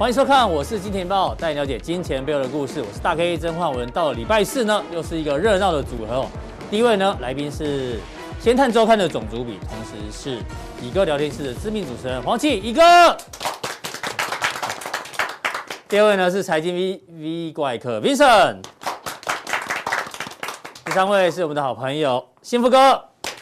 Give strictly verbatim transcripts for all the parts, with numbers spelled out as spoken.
欢迎收看，我是金钱豹，带你了解金钱背后的故事。我是大 K 曾焕文。到了礼拜四呢，又是一个热闹的组合哦。第一位呢，来宾是《先探周刊》的总主笔，同时是乙哥聊天室的知名主持人黄启乙哥。第二位呢是财经 V V 怪客 Vincent。第三位是我们的好朋友幸福哥。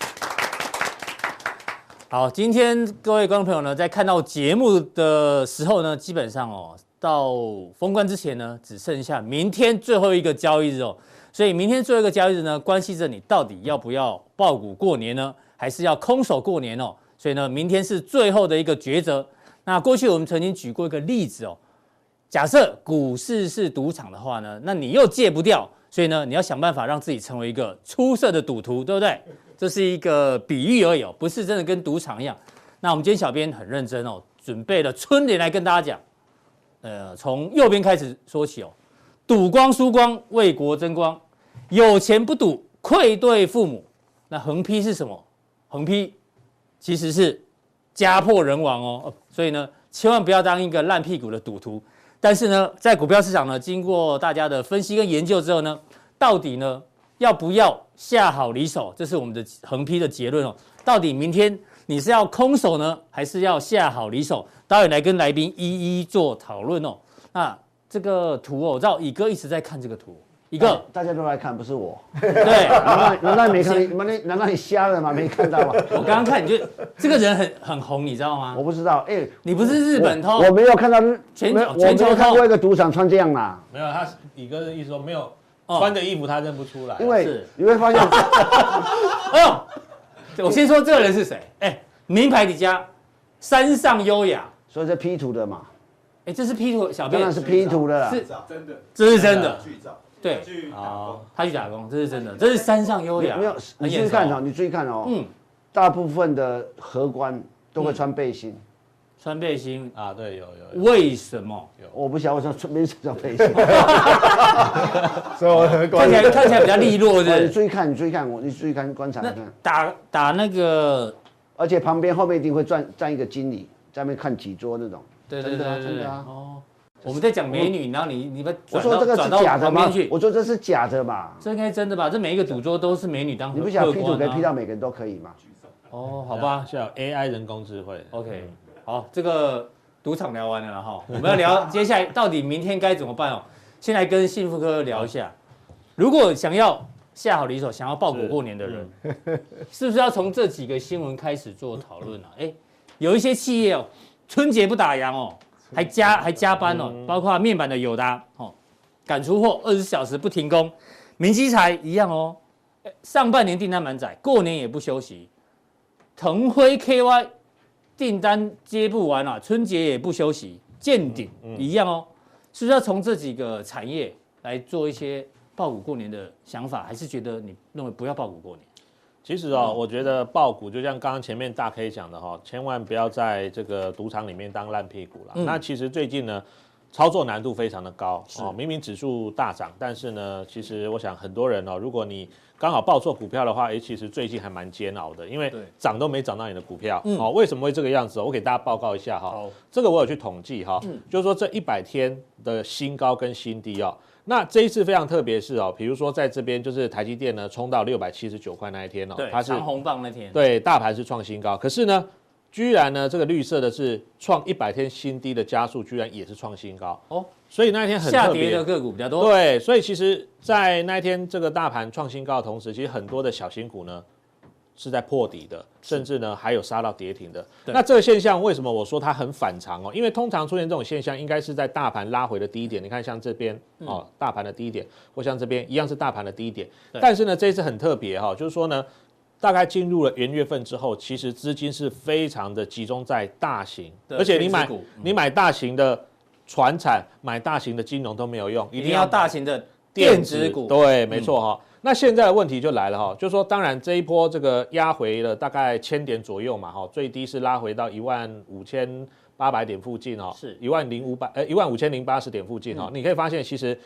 好，今天各位观众朋友呢，在看到节目的时候呢，基本上哦，到封关之前呢，只剩下明天最后一个交易日哦，所以明天最后一个交易日呢，关系着你到底要不要抱股过年呢，还是要空手过年哦？所以呢，明天是最后的一个抉择。那过去我们曾经举过一个例子哦，假设股市是赌场的话呢，那你又戒不掉，所以呢，你要想办法让自己成为一个出色的赌徒，对不对？这是一个比喻而已哦，不是真的跟赌场一样。那我们今天小编很认真哦，准备了春联来跟大家讲。呃，从右边开始说起哦，赌光输光，为国争光，有钱不赌，愧对父母。那横批是什么？横批其实是家破人亡哦。所以呢，千万不要当一个烂屁股的赌徒。但是呢，在股票市场呢，经过大家的分析跟研究之后呢，到底呢？要不要下好离手？这是我们的横批的结论哦。到底明天你是要空手呢，还是要下好离手？待会来跟来宾一一做讨论哦。那这个图哦，我知道乙哥一直在看这个图。乙哥， 大家都来看，不是我。 对， 难道难道你没看？难道难道你瞎了吗？没看到吗？ 我刚刚看，你就这个人很很红，你知道吗？ 我不知道，哎、欸， 你不是日本通？ 我, 我没有看到全球，我没有看过一个赌场穿这样啦。 没有，他乙哥的意思说没有。穿的衣服他认不出来， 因为你会发现， 哎呦，我先说这个人是谁？哎，名牌底家，山上优雅， 所以这 P 图的嘛。 哎，这是 P 图，小编当然是 P 图的啦， 是真的， 这是真的， 剧照， 对， 去打工， 他去打工，这是真的，这是山上优雅， 没有，你注意看哦，你注意看哦，嗯，大部分的荷官都会穿背心。 穿背心啊，对，有有。 为什么？ 我不晓得为什么穿没穿背心。 所以我很看起来看起来比较利落，对。 你注意看，你注意看，我你注意看观察看。 打打那个， 而且旁边后面一定会站站一个经理，在那边看几桌那种。 对对对对真的啊。 哦，我们在讲美女，然后你你们我说这个是假的吗？我说这是假的嘛？ 这应该真的吧？这每一个赌桌都是美女当。 你不想 P 图可以 P 到每个人都可以吗？ 哦，好吧， 是有 A I 人工智慧。 OK。好，这个赌场聊完了哈，我们要聊接下来到底明天该怎么办哦。先来跟幸福哥聊一下，如果想要下好离手，想要抱股过年的人，是, 是不是要从这几个新闻开始做讨论啊？哎，有一些企业哦，春节不打烊哦，还加还加班哦，包括面板的友达哦，赶出货二十小时不停工，明基材一样哦，上半年订单满载，过年也不休息，腾辉 K Y。订单接不完啊，春节也不休息，见顶一样哦，是不是要从这几个产业来做一些抱股过年的想法，还是觉得你认为不要抱股过年？ 其实哦，我觉得抱股就像刚刚前面大 K 讲的哈，千万不要在这个赌场里面当烂屁股啦。嗯、那其实最近呢，操作难度非常的高哦，明明指数大涨，但是呢，其实我想很多人哦，如果你刚好抱错股票的话，哎，其实最近还蛮煎熬的，因为涨都没涨到你的股票，嗯、哦，为什么会这个样子？我给大家报告一下哈，这个我有去统计哈，嗯、就是说这一百天的新高跟新低哦，那这一次非常特别是哦，比如说在这边就是台积电呢冲到六百七十九块那一天哦， 它是长红棒那天， 对，大盘是创新高，可是呢，居然呢这个绿色的是创一百天新低的加速，居然也是创新高哦。所以那一天很特别， 下跌的个股比较多。 对，所以其实，在那一天这个大盘创新高的同时，其实很多的小型股呢是在破底的，甚至呢还有杀到跌停的。那这个现象为什么我说它很反常哦？因为通常出现这种现象，应该是在大盘拉回的低点。你看像这边哦，大盘的低点，或像这边一样是大盘的低点。但是呢，这一次很特别哈、哦，就是说呢，大概进入了元月份之后，其实资金是非常的集中在大型，而且你买、嗯、你买大型的。传产买大型的金融都没有用， 一定要大型的电子股。 对，没错哈。嗯、那现在的问题就来了哈，就是说，当然这一波这个压回了大概千点左右嘛哈，最低是拉回到一万五千八百点附近哦， 是一万零五百呃一万五千零八十点附近哦。嗯、你可以发现，其实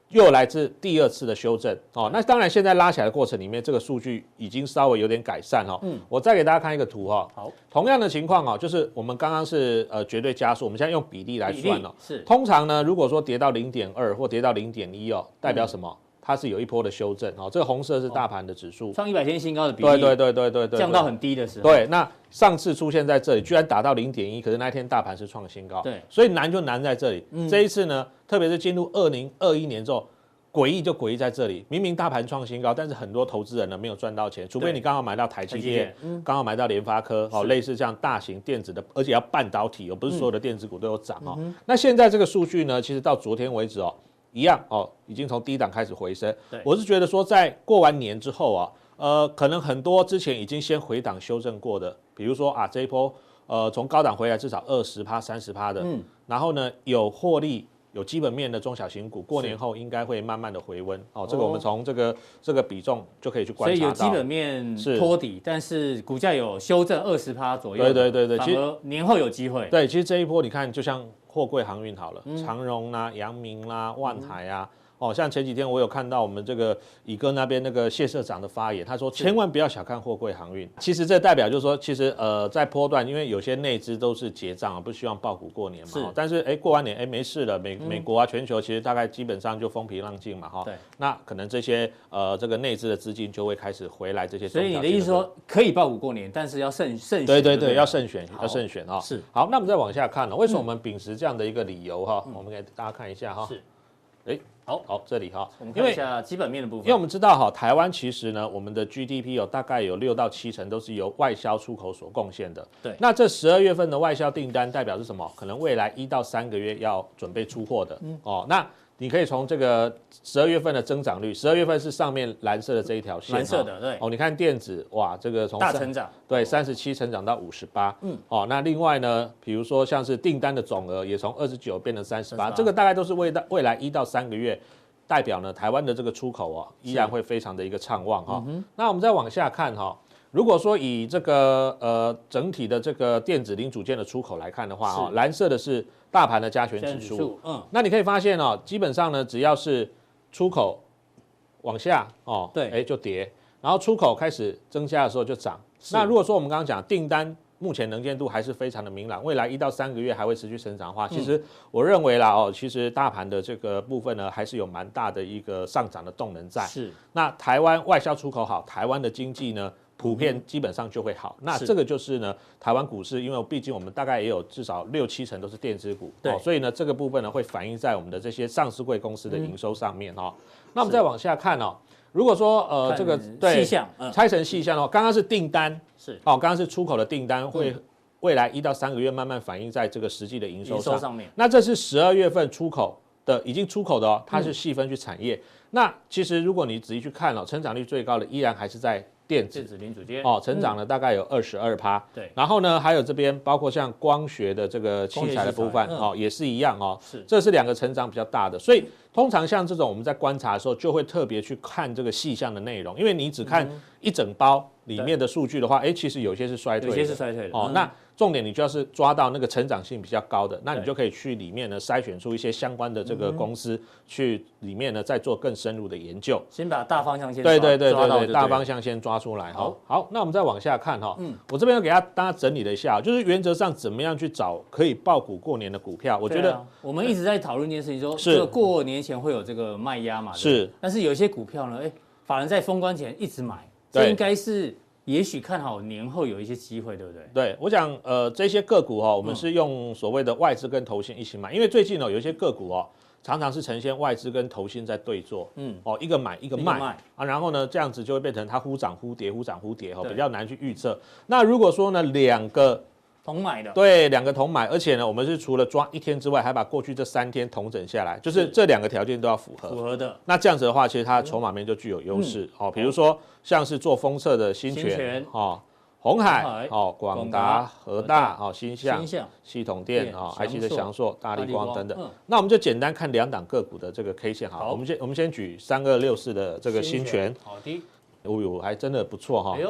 又来自第二次的修正哦。那当然，现在拉起来的过程里面，这个数据已经稍微有点改善哦。嗯，我再给大家看一个图哈、哦。 好， 同样的情况哦，就是我们刚刚是呃绝对加速，我们现在用比例来算哦。 是， 通常呢，如果说跌到零点二或跌到零点一哦，代表什么？嗯，它是有一波的修正哦，这个红色是大盘的指数， 创一百天新高的比例， 对对对对对对， 降到很低的时候， 对，那上次出现在这里，居然达到零点一，可是那一天大盘是创新高， 对， 所以难就难在这里。嗯、这一次呢，特别是进入二零二一年之后，诡异就诡异在这里，明明大盘创新高，但是很多投资人呢没有赚到钱，除非你刚好买到台积电，刚好买到联发科，哦，类似这样大型电子的，而且要半导体哦，不是所有的电子股都有涨哦。嗯、那现在这个数据呢，其实到昨天为止哦。一样哦，已经从低档开始回升。我是觉得说，在过完年之后啊，呃，可能很多之前已经先回档修正过的，比如说啊，这一波呃从高档回来至少二十趴、三十趴的，嗯，然后呢有获利、有基本面的中小型股，过年后应该会慢慢的回温哦。这个我们从这个这个比重就可以去观察到。 所以有基本面托底，但是股价有修正二十趴左右。 对对对对， 反而年后有机会。 对，其实这一波你看，就像货柜航运好了，嗯、长荣啦、阳明啦、万海啊，嗯、哦，像前几天我有看到我们这个乙哥那边那个谢社长的发言，他说千万不要小看货柜航运。其实这代表就是说，其实呃在波段，因为有些内资都是结账啊，不希望爆股过年嘛，是但是哎过完年哎没事了，美、嗯、美国啊全球其实大概基本上就风平浪静嘛哈。对。那可能这些呃这个内资的资金就会开始回来这些。 所以你的意思说可以爆股过年，但是要慎慎选。 对对对，要慎选，要慎选啊。 是。 好，那我们再往下看了，为什么我们秉持这样的一个理由哈？我们给大家看一下哈。是。哎，好好，这里哈， 我们看一下基本面的部分。 因为我们知道哈，台湾其实呢，我们的 G D P 有大概有六到七成都是由外销出口所贡献的。对。那这十二月份的外销订单代表是什么？可能未来一到三个月要准备出货的。嗯。哦，那你可以从这个十二月份的增长率，十二月份是上面蓝色的这一条线。 蓝色的，对。 哦，你看电子，哇，这个从大成长。 对，三十七成长到五十八。嗯。哦，那另外呢，比如说像是订单的总额也从二十九变成三十八，这个大概都是未来未来一到三个月。代表呢，台湾的这个出口啊，依然会非常的一个畅旺哈。嗯、那我们再往下看哈，如果说以这个呃整体的这个电子零组件的出口来看的话哈，蓝色的是大盘的加权指数，嗯，那你可以发现哦，基本上呢，只要是出口往下哦，对，哎就跌，然后出口开始增加的时候就涨。那如果说我们刚刚讲订单，目前能见度还是非常的明朗，未来一到三个月还会持续成长的话，其实我认为啦哦，其实大盘的这个部分呢，还是有蛮大的一个上涨的动能在。是。那台湾外销出口好，台湾的经济呢，普遍基本上就会好。那这个就是呢，台湾股市，因为毕竟我们大概也有至少六七成都是电子股，对、哦，所以呢，这个部分呢会反映在我们的这些上市柜公司的营收上面哦。那我们再往下看哦。如果说呃这个对细项，嗯、 拆成细项哦，刚刚是订单是哦，刚刚是出口的订单会、嗯、未来一到三个月慢慢反映在这个实际的营收上。 上面， 那这是十二月份出口的已经出口的哦，它是细分去产业。嗯、那其实如果你仔细去看哦，成长率最高的依然还是在电子电子零组件哦，成长了大概有二十二趴。对，然后呢，还有这边包括像光学的这个器材的部分、嗯、哦，也是一样哦。是，这是两个成长比较大的，所以。通常像这种我们在观察的时候，就会特别去看这个细项的内容，因为你只看一整包里面的数据的话，哎，其实有些是衰退的， 有些是衰退的哦。那重点你就要是抓到那个成长性比较高的，那你就可以去里面呢筛选出一些相关的这个公司，去里面呢再做更深入的研究。 先把大方向先对对对对对，大方向先抓出来。好，好，那我们再往下看哈。嗯，我这边给大家整理了一下，就是原则上怎么样去找可以爆股过年的股票。我觉得我们一直在讨论一件事情，说这个过年前会有这个卖压嘛，是。但是有一些股票呢，哎，法人在封关前一直买，这应该是。也许看好年后有一些机会，对不对？ 对，我讲呃这些个股哦，我们是用所谓的外资跟投信一起买，因为最近哦有一些个股哦，常常是呈现外资跟投信在对做，嗯，哦一个买一个卖啊，然后呢这样子就会变成它忽涨忽跌，忽涨忽跌哦，比较难去预测。那如果说呢两个同买的， 对，两个同买，而且呢，我们是除了抓一天之外，还把过去这三天同整下来，就是这两个条件都要符合。 符合的。 那这样子的话，其实它的筹码面就具有优势。好、嗯，比如说像是做封测的新泉，哦，鸿海，哦，广达、和大，哦，新象、系统电，哦 ，I C 的翔硕、大立光等等。嗯、那我们就简单看两档个股的这个 K 线，好，我们先我们先举三二六四的这个新泉， 好的， 哦哟，还真的不错哈。哎呦。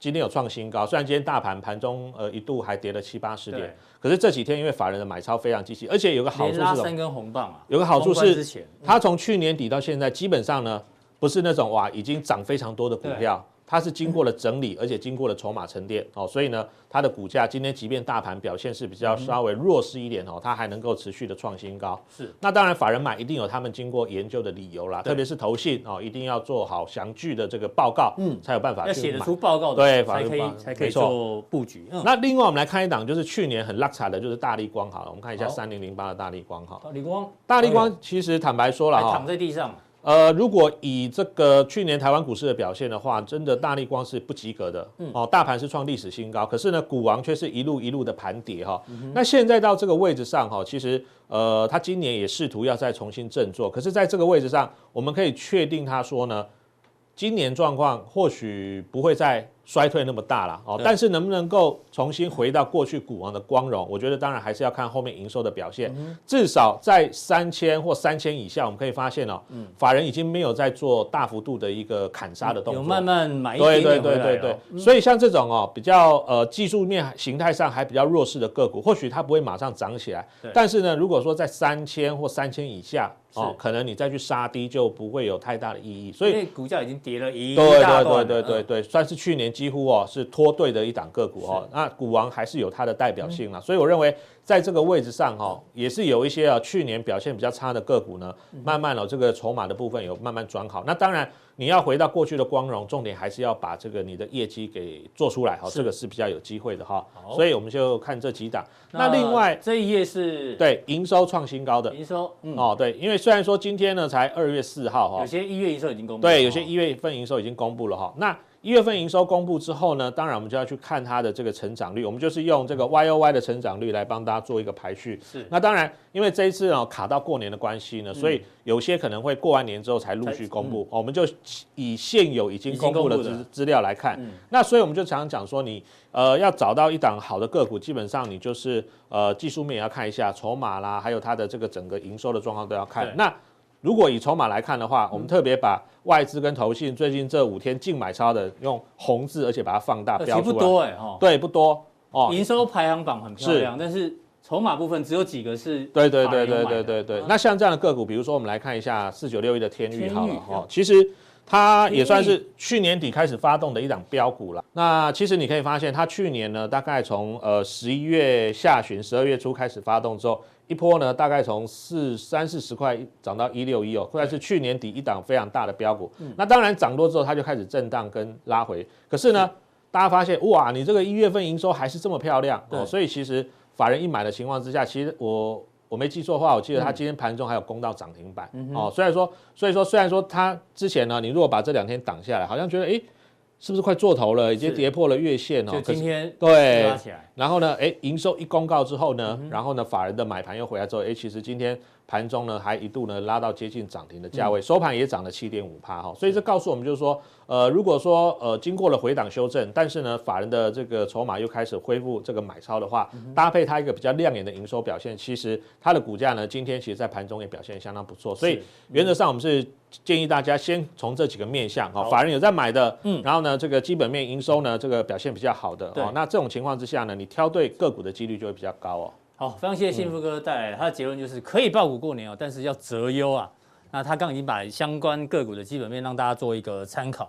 今天有创新高，虽然今天大盘盘中呃一度还跌了七八十点，可是这几天因为法人的买超非常积极，而且有个好处是拉三根红棒啊， 有个好处是， 嗯、 它从去年底到现在，基本上呢不是那种哇已经涨非常多的股票。它是经过了整理，而且经过了筹码沉淀哦，所以呢，它的股价今天即便大盘表现是比较稍微弱势一点哦，它还能够持续的创新高。 是， 那当然法人买一定有他们经过研究的理由啦，特别是投信哦，一定要做好详具的这个报告，嗯，才有办法去买。 要写得出报告的， 对， 才可以才可以做布局。 嗯、那另外我们来看一档，就是去年很落差的，就是大立光好了，我们看一下三零零八的大立光哈。 大立光， 大立光其实坦白说了哈， 躺在地上。 呃，如果以这个去年台湾股市的表现的话，真的大立光是不及格的，嗯、哦，大盘是创历史新高，可是呢，股王却是一路一路的盘跌哈、哦嗯。那现在到这个位置上哈、哦，其实呃，他今年也试图要再重新振作，可是在这个位置上，我们可以确定他说呢，今年状况或许不会再衰退那么大了哦，但是能不能够重新回到过去股王的光荣，我觉得当然还是要看后面营收的表现。嗯、至少在三千或三千以下，我们可以发现哦，嗯、法人已经没有在做大幅度的一个砍杀的动作， 有慢慢买一点点回来、哦。 对对对对对，嗯、所以像这种哦比较呃技术面形态上还比较弱势的个股，或许它不会马上涨起来，但是呢，如果说在三千或三千以下。哦，可能你再去杀低就不会有太大的意义，所以因为股价已经跌了一大段， 对对对对对对，算是去年几乎哦是脱队的一档个股哦。那股王还是有它的代表性啦，嗯、所以我认为在这个位置上哈、哦，也是有一些啊去年表现比较差的个股呢，慢慢哦这个筹码的部分有慢慢转好。那当然你要回到过去的光荣，重点还是要把这个你的业绩给做出来哈、哦，这个是比较有机会的哈、哦。所以我们就看这几档。那, 那另外这一页是对营收创新高的营收、嗯、 哦，对，因为虽然说今天呢才二月四号哈， 有些一月营收已经公布， 对，有些一月份营收已经公布了哈。那一月份营收公布之后呢，当然我们就要去看它的这个成长率，我们就是用这个 Y O Y 的成长率来帮大家做一个排序。是，那当然因为这一次哦卡到过年的关系呢，所以有些可能会过完年之后才陆续公布，嗯、我们就以现有已经公布的资资料来看。嗯、那所以我们就常常讲说你。呃，要找到一档好的个股，基本上你就是呃技术面也要看一下筹码啦，还有它的这个整个营收的状况都要看。那如果以筹码来看的话，我们特别把外资跟投信最近这五天净买超的用红字，而且把它放大标出来， 其实不多哎、欸、哈， 对，不多哦。 营收排行榜很漂亮，但是筹码部分只有几个是对对对对对对对。那像这样的个股，比如说我们来看一下四九六一的天鈺好了哦，其实。它也算是去年底开始发动的一档标股了。那其实你可以发现，它去年呢，大概从呃十一月下旬、十二月初开始发动之后，一波呢大概从四三四十块涨到一六一哦，算是去年底一档非常大的标股。嗯、那当然涨多之后，它就开始震荡跟拉回。可是呢，大家发现哇，你这个一月份营收还是这么漂亮哦，所以其实法人一买的情况之下，其实我。我没记错的话，我记得它今天盘中还有攻到涨停板、嗯、哦。虽然说，所以说虽然说它之前呢，你如果把这两天挡下来，好像觉得哎，是不是快做头了？已经跌破了月线哦。 就今天对拉起来， 然后呢，哎，营收一公告之后呢，嗯、然后呢，法人的买盘又回来之后，哎，其实今天盘中呢还一度呢拉到接近涨停的价位，嗯、收盘也涨了七点五趴哈。所以这告诉我们就是说，呃，如果说呃经过了回档修正，但是呢，法人的这个筹码又开始恢复这个买超的话，嗯、搭配它一个比较亮眼的营收表现，其实它的股价呢今天其实在盘中也表现相当不错。所以原则上我们是建议大家先从这几个面向哈，法人有在买的，嗯，然后呢这个基本面营收呢这个表现比较好的哦，那这种情况之下呢，你挑对个股的几率就会比较高哦。 好，非常谢谢幸福哥带来的他的结论就是可以抱股过年哦，但是要择优啊。那他刚已经把相关个股的基本面让大家做一个参考。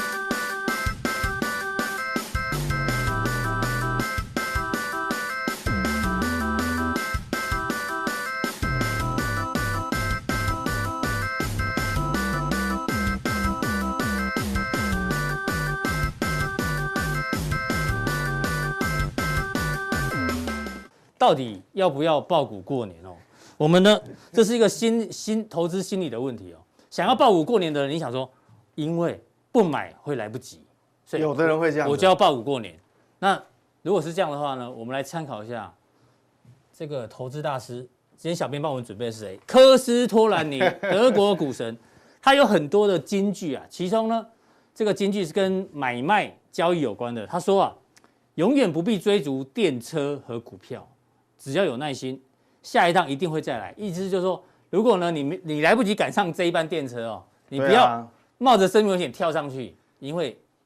到底要不要抱股过年哦？我们呢，这是一个新新投资心理的问题哦。想要抱股过年的人，你想说，因为不买会来不及，所以有的人会这样， 我就要抱股过年。那如果是这样的话呢，我们来参考一下这个投资大师。今天小编帮我们准备的是谁？科斯托兰尼，德国股神。他有很多的金句啊，其中呢，这个金句是跟买卖交易有关的。他说啊，永远不必追逐电车和股票。只要有耐心，下一趟一定会再来。意思就是说，如果呢你你来不及赶上这一班电车哦，你不要冒着生命危险跳上去，因为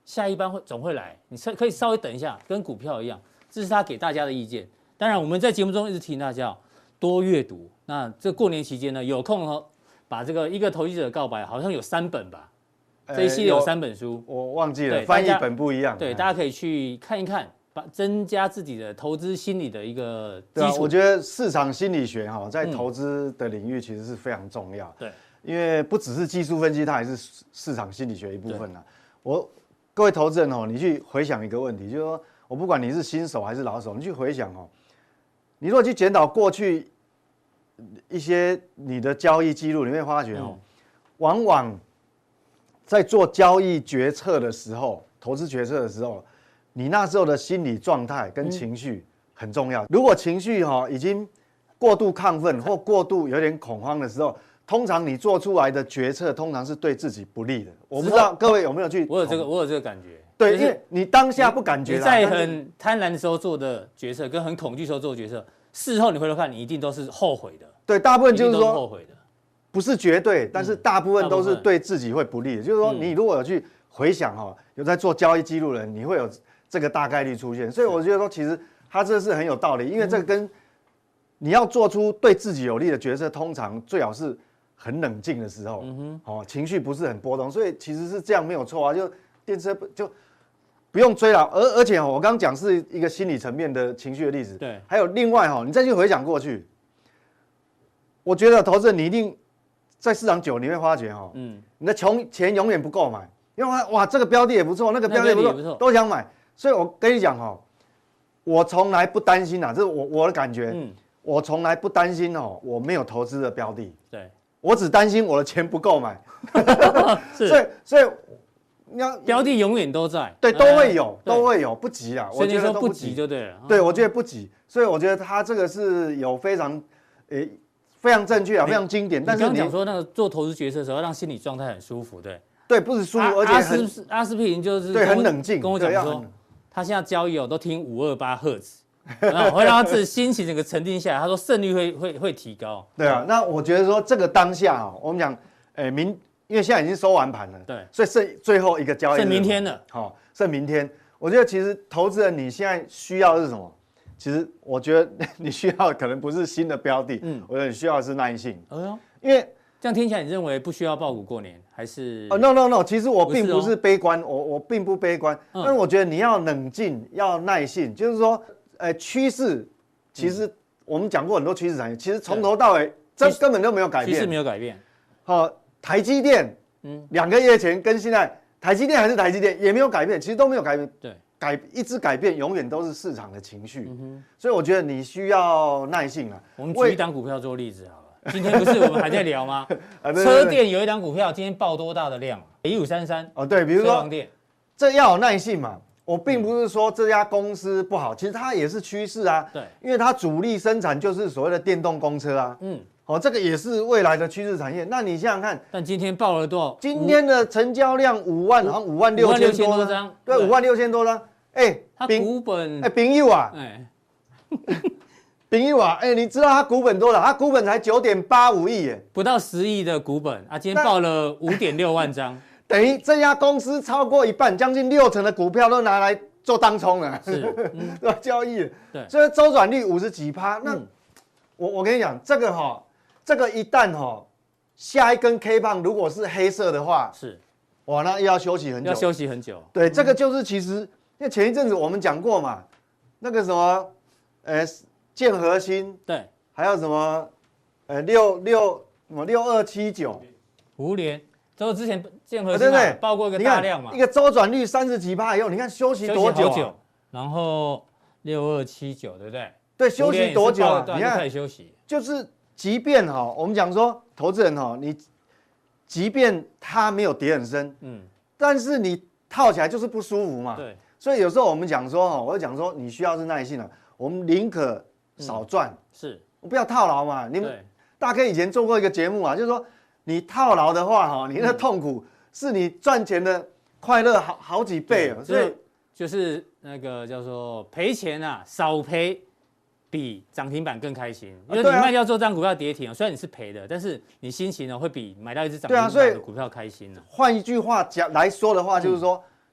下一班会总会来，你可以稍微等一下，跟股票一样，这是他给大家的意见。当然我们在节目中一直提醒大家多阅读。那这过年期间呢，有空哦，把这个一个投机者告白好像有三本吧，这一系列有三本书， 我忘记了，翻译本不一样。 对，大家可以去看一看。把增加自己的投资心理的一个基础。 对啊，我觉得市场心理学哈，在投资的领域其实是非常重要。 对， 因为不只是技术分析，它还是市场心理学一部分啦。我各位投资人哦，你去回想一个问题，就是说我不管你是新手还是老手，你去回想哦，你如果去检讨过去一些你的交易记录，你会发觉哦，往往在做交易决策的时候，投资决策的时候。你那时候的心理状态跟情绪很重要。如果情绪哈已经过度亢奋或过度有点恐慌的时候，通常你做出来的决策通常是对自己不利的。我不知道各位有没有去？ 我有这个，我有这个感觉。 对，因为你当下不感觉。 你在很贪婪的时候做的决策，跟很恐惧的时候做的决策，事后你回头看，你一定都是后悔的。 对，大部分就是说后悔的， 不是绝对，但是大部分都是对自己会不利的。就是说，你如果有去回想哈，有在做交易记录的人，你会有。这个大概率出现，所以我觉得说，其实他这是很有道理，因为这个跟你要做出对自己有利的决策，通常最好是很冷静的时候，嗯、哦，情绪不是很波动，所以其实是这样没有错啊，就电车就不用追了，而而且我刚刚讲是一个心理层面的情绪的例子， 对， 还有另外哈，你再去回想过去，我觉得投资人你一定在市场久，你会发觉哈，嗯，你的穷钱永远不够买，因为哇这个标的也不错，那个标的也不错，都想买。所以我跟你讲哈，我从来不担心啊，这是我我的感觉，嗯，我从来不担心哦，我没有投资的标的， 对， 我只担心我的钱不够买， 是， 所以所以你要标的永远都在， 对，都会有，都会有，不急啊， 我觉得不急就对了， 对，我觉得不急，所以我觉得他这个是有非常，诶，非常正确啊，非常经典。但是你刚讲说那个做投资决策的时候，要让心理状态很舒服，对， 对，不是舒服，而且很阿司匹林就是对，很冷静， 跟我讲说。他现在交易哦，都听五二八赫兹，然后会让他自己心情整个沉淀下来。他说胜率会会会提高。 对啊，那我觉得说这个当下啊，我们讲，诶明，因为现在已经收完盘了， 对， 所以剩最后一个交易日， 剩明天了， 好、哦，剩明天。我觉得其实投资人你现在需要的是什么？其实我觉得你需要可能不是新的标的，嗯，我觉得你需要的是耐性。哎呦，因为这样听起来，你认为不需要抱股过年，还是？ 哦 ，no no no， 其实我并不是悲观，我我并不悲观，但是我觉得你要冷静，要耐性，就是说，呃，趋势，其实我们讲过很多趋势产业，其实从头到尾这根本就没有改变， 趋势没有改变。 好，台积电，嗯，两个月前跟现在，台积电还是台积电，也没有改变，其实都没有改变， 对， 改一直改变，永远都是市场的情绪，所以我觉得你需要耐性啊。 我们举一档股票做例子好了。今天不是我们还在聊吗？车电有一档股票，今天爆多大的量？一五三三哦，对，比如说这要有耐性嘛。我并不是说这家公司不好，其实它也是趋势啊。 对， 因为它主力生产就是所谓的电动公车啊。嗯，哦，这个也是未来的趋势产业。那你想想看， 但今天爆了多少？ 今天的成交量五万，好像五万六千多张。对，五万六千多张。哎， 它股本哎，朋友啊，哎。朋友啊，哎、欸，你知道他股本多少？他股本才九点八五亿，耶， 不到十亿的股本啊，今天报了五点六万张， 等于这家公司超过一半，将近六成的股票都拿来做当冲了， 是，嗯、 交易。 对， 所以周转率五十几趴。那、嗯、我我跟你讲，这个哈，这个一旦哈下一根 K 棒如果是黑色的话， 是， 哇，那又要休息很久， 要休息很久。 对，这个就是其实，因为前一阵子我们讲过嘛，那个什么，呃。建核心对， 还有什么，呃，六六什么六二七九， 胡联，都之前建核心嘛报过一个大量嘛， 一个周转率三十几趴以后，你看休息多久、啊？ 久然后六二七九，对不对？ 对，休息多久、啊？ 你看开始休息， 就是即便哈、哦，我们讲说投资人哈、哦，你即便他没有跌很深，嗯，但是你套起来就是不舒服嘛。 对， 所以有时候我们讲说哈，我会讲说你需要是耐性啊，我们宁可少赚、嗯、 是， 我不要套牢嘛。你们大概以前做过一个节目啊，就是说你套牢的话哈，你那痛苦是你赚钱的快乐好好几倍哦。所以就是那个叫做赔钱啊，少赔比涨停板更开心。因为你卖掉做这张股票跌停，虽然你是赔的，但是你心情呢会比买到一只涨停板的股票开心呢。 换一句话讲来说的话，就是说。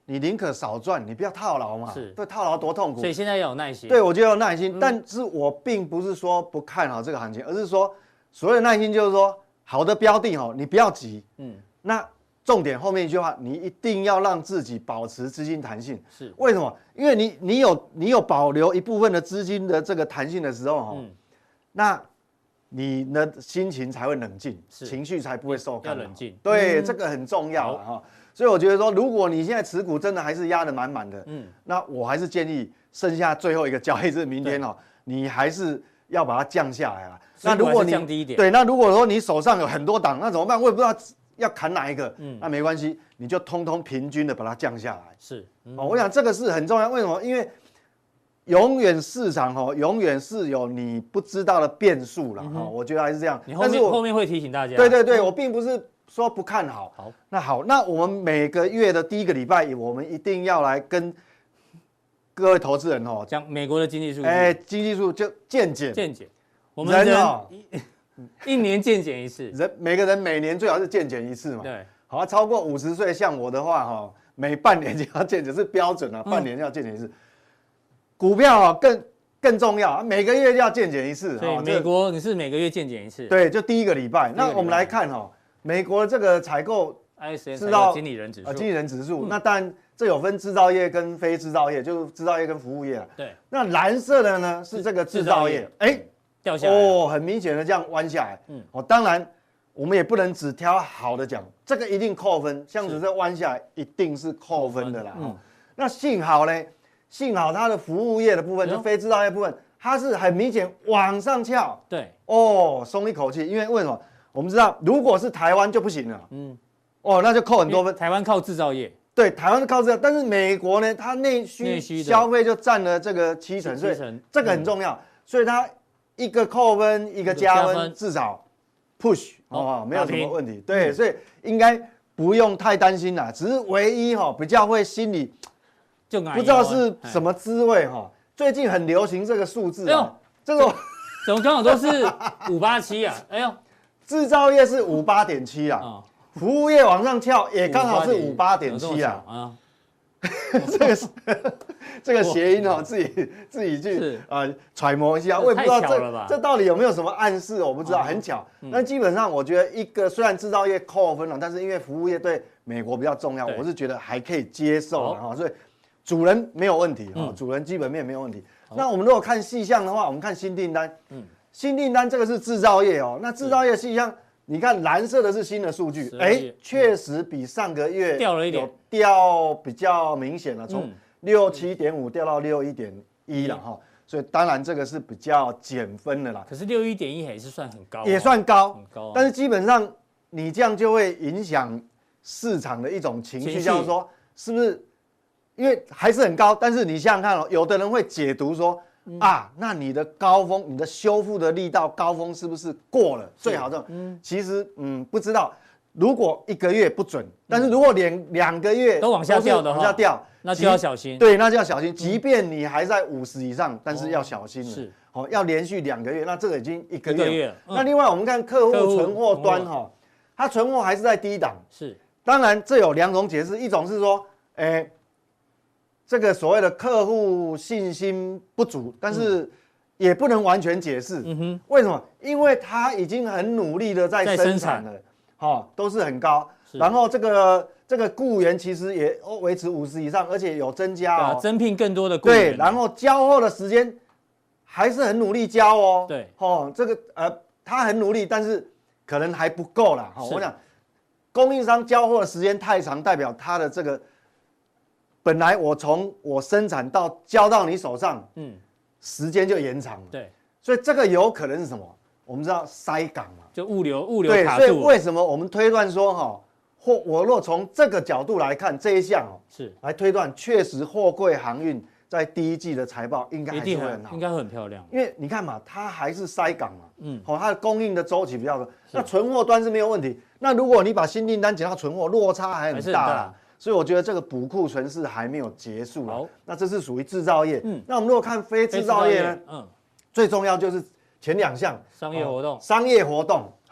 你宁可少赚，你不要套牢嘛。 是， 对，套牢多痛苦。 所以现在要有耐心。 对，我觉得有耐心，嗯、但是我并不是说不看好这个行情，而是说所谓的耐心就是说，好的标的哦，你不要急。嗯，那重点后面一句话，你一定要让自己保持资金弹性。 是， 为什么？因为你你有你有保留一部分的资金的这个弹性的时候，嗯，那你的心情才会冷静，情绪才不会受干扰。 要冷静， 对，嗯、这个很重要哈。所以我觉得说，如果你现在持股真的还是压得满满的，嗯，那我还是建议剩下最后一个交易日，明天哦，你还是要把它降下来了。 那如果你降低一点， 对，那如果说你手上有很多档，那怎么办？我也不知道要砍哪一个，嗯，那没关系，你就通通平均的把它降下来。 是， 嗯、哦，我想这个是很重要。为什么？因为永远市场哦，永远是有你不知道的变数了哈、嗯。我觉得还是这样。 你后面后面会提醒大家。 对对对，我并不是说不看好。 好， 那好，那我们每个月的第一个礼拜，我们一定要来跟各位投资人哦讲美国的经济数据。 哎，经济数就健检。 健检，我们人哦，一年健检一次。 人每个人每年最好是健检一次嘛。 对。 好，超过五十岁，像我的话哈，每半年就要健检是标准啊，半年要健检一次。股票啊更更重要，每个月要健检一次。 所以美国你是每个月健检一次。 对，就第一个礼拜。那我们来看哈，美国的这个采购 I S M 知道经理人指数， 经理人指数。那当然这有分制造业跟非制造业，就是制造业跟服务业。 对。 那蓝色的呢是这个制造业，哎， 掉下来哦，很明显的这样弯下来。嗯。哦，当然我们也不能只挑好的讲，这个一定扣分，像是这弯下来一定是扣分的啦。嗯。那幸好呢。幸好它的服务业的部分，就非制造业部分，它是很明显往上翘。 对， 哦，松一口气，因为为什么？我们知道，如果是台湾就不行了。嗯，哦，那就扣很多分。 台湾靠制造业， 对，台湾是靠制造，但是美国呢，它内需消费就占了这个七成，所以这个很重要。所以它一个扣分，一个加分，至少 push 哦，没有什么问题。对，所以应该不用太担心啦，只是唯一哈比较会心里。不知道是什么滋味哈，最近很流行这个数字啊，这种怎么刚好都是五八七啊？哎呦， 制造业是五八点七啊，服务业往上跳也刚好是五八点七啊。啊，这个是这个谐音哦，自己自己去呃揣摩一下，我也不知道这这到底有没有什么暗示，我不知道，很巧。但基本上我觉得一个虽然制造业扣分了，但是因为服务业对美国比较重要，我是觉得还可以接受哈，所以。主人没有问题哈，主人基本面没有问题。那我们如果看细项的话，我们看新订单，嗯，新订单这个是制造业哦。那制造业细项，你看蓝色的是新的数据，哎，确实比上个月掉了一点， 掉比较明显了，从六七点五掉到六一点一了哈。所以当然这个是比较减分的啦。 可是六一点一也是算很高， 也算高， 很高。 但是基本上你这样就会影响市场的一种情绪，像说是不是？因为还是很高，但是你想想看哦，有的人会解读说，嗯、啊，那你的高峰，你的修复的力道高峰是不是过了？最好这种，嗯，其实嗯不知道。如果一个月不准，但是如果两两个月都往下掉的话， 往下掉， 那就要小心。 对，那就要小心。即便你还在五十以上，但是要小心了。是，哦，要连续两个月，那这个已经一个月。一个月。那另外我们看客户存货端哈，它存货还是在低档。是。当然这有两种解释，一种是说，哎。这个所谓的客户信心不足，但是也不能完全解释。嗯哼，为什么？因为他已经很努力的在生产了，哈，都是很高。然后这个这个雇员其实也维持五十以上，而且有增加哦， 增聘更多的雇员。 对，然后交货的时间还是很努力交哦。 对， 哦，这个呃，他很努力，但是可能还不够啦。哈，我想供应商交货的时间太长，代表他的这个。本来我从我生产到交到你手上，嗯，时间就延长了。 对， 所以这个有可能是什么？我们知道塞港嘛， 就物流物流卡住。对，所以为什么我们推断说哈，货我若从这个角度来看这一项哦， 是来推断，确实货柜航运在第一季的财报应该还是会很好， 应该会很漂亮。 因为你看嘛，它还是塞港嘛，嗯，好，它的供应的周期比较多，那存货端是没有问题。那如果你把新订单减到存货，落差还很大啦。所以我觉得这个补库存是还没有结束了。那这是属于制造业。嗯，那我们如果看非制造业呢？嗯，最重要就是前两项商业活动。 商业活动，好，那